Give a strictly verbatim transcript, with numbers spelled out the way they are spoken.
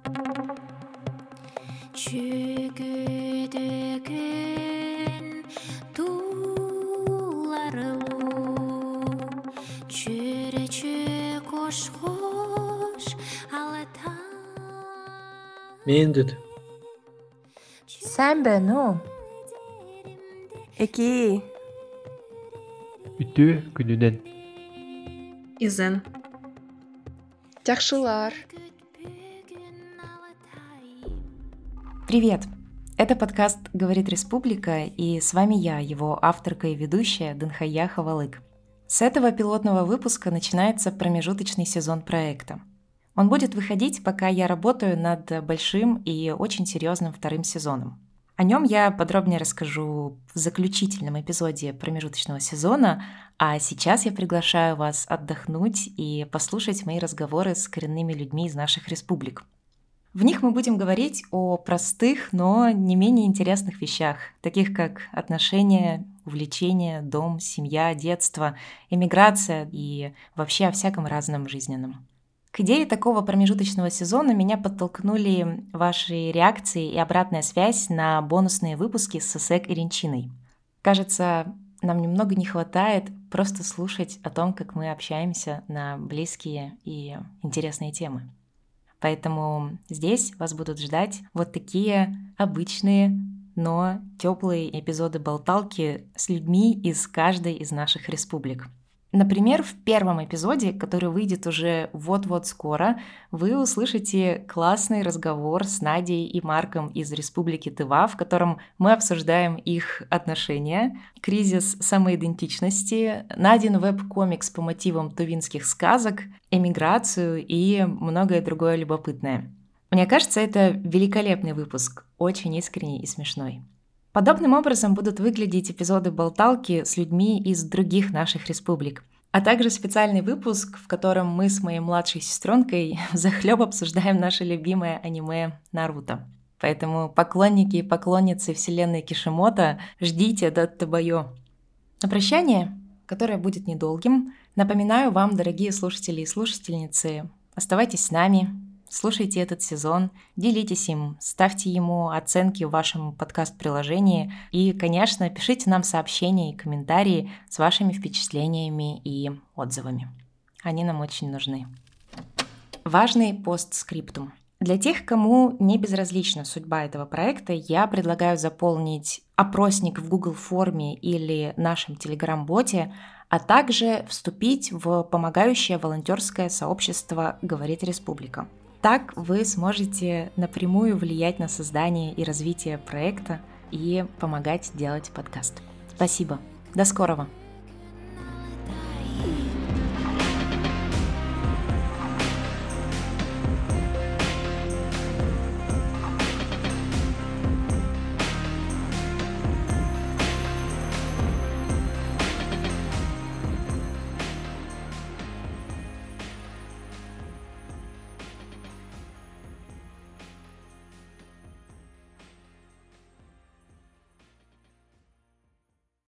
Жүгірген туларылу жүречі қош-қош алата. Мен деді. Сәмбі, ну? Эки. Үтө күнүнен. Изен. Жакшылар. Привет! Это подкаст «Говорит Республика», и с вами я, его авторка и ведущая Дынхая Хавалык. С этого пилотного выпуска начинается промежуточный сезон проекта. Он будет выходить, пока я работаю над большим и очень серьезным вторым сезоном. О нем я подробнее расскажу в заключительном эпизоде промежуточного сезона, а сейчас я приглашаю вас отдохнуть и послушать мои разговоры с коренными людьми из наших республик. В них мы будем говорить о простых, но не менее интересных вещах, таких как отношения, увлечения, дом, семья, детство, эмиграция и вообще о всяком разном жизненном. К идее такого промежуточного сезона меня подтолкнули ваши реакции и обратная связь на бонусные выпуски с Сесек и Ренчиной. Кажется, нам немного не хватает просто слушать о том, как мы общаемся на близкие и интересные темы. Поэтому здесь вас будут ждать вот такие обычные, но теплые эпизоды болталки с людьми из каждой из наших республик. Например, в первом эпизоде, который выйдет уже вот-вот скоро, вы услышите классный разговор с Надей и Марком из Республики Тыва, в котором мы обсуждаем их отношения, кризис самоидентичности, Надин веб-комикс по мотивам тувинских сказок, эмиграцию и многое другое любопытное. Мне кажется, это великолепный выпуск, очень искренний и смешной. Подобным образом будут выглядеть эпизоды болталки с людьми из других наших республик, а также специальный выпуск, в котором мы с моей младшей сестренкой взахлёб обсуждаем наше любимое аниме Наруто. Поэтому поклонники и поклонницы вселенной Кишимото, ждите Даттабайо. На прощание, которое будет недолгим, напоминаю вам, дорогие слушатели и слушательницы, оставайтесь с нами, слушайте этот сезон, делитесь им, ставьте ему оценки в вашем подкаст-приложении и, конечно, пишите нам сообщения и комментарии с вашими впечатлениями и отзывами. Они нам очень нужны. Важный постскриптум. Для тех, кому не безразлична судьба этого проекта, я предлагаю заполнить опросник в Google форме или нашем Telegram-боте, а также вступить в помогающее волонтерское сообщество «Говорит Республика». Так вы сможете напрямую влиять на создание и развитие проекта и помогать делать подкаст. Спасибо. До скорого!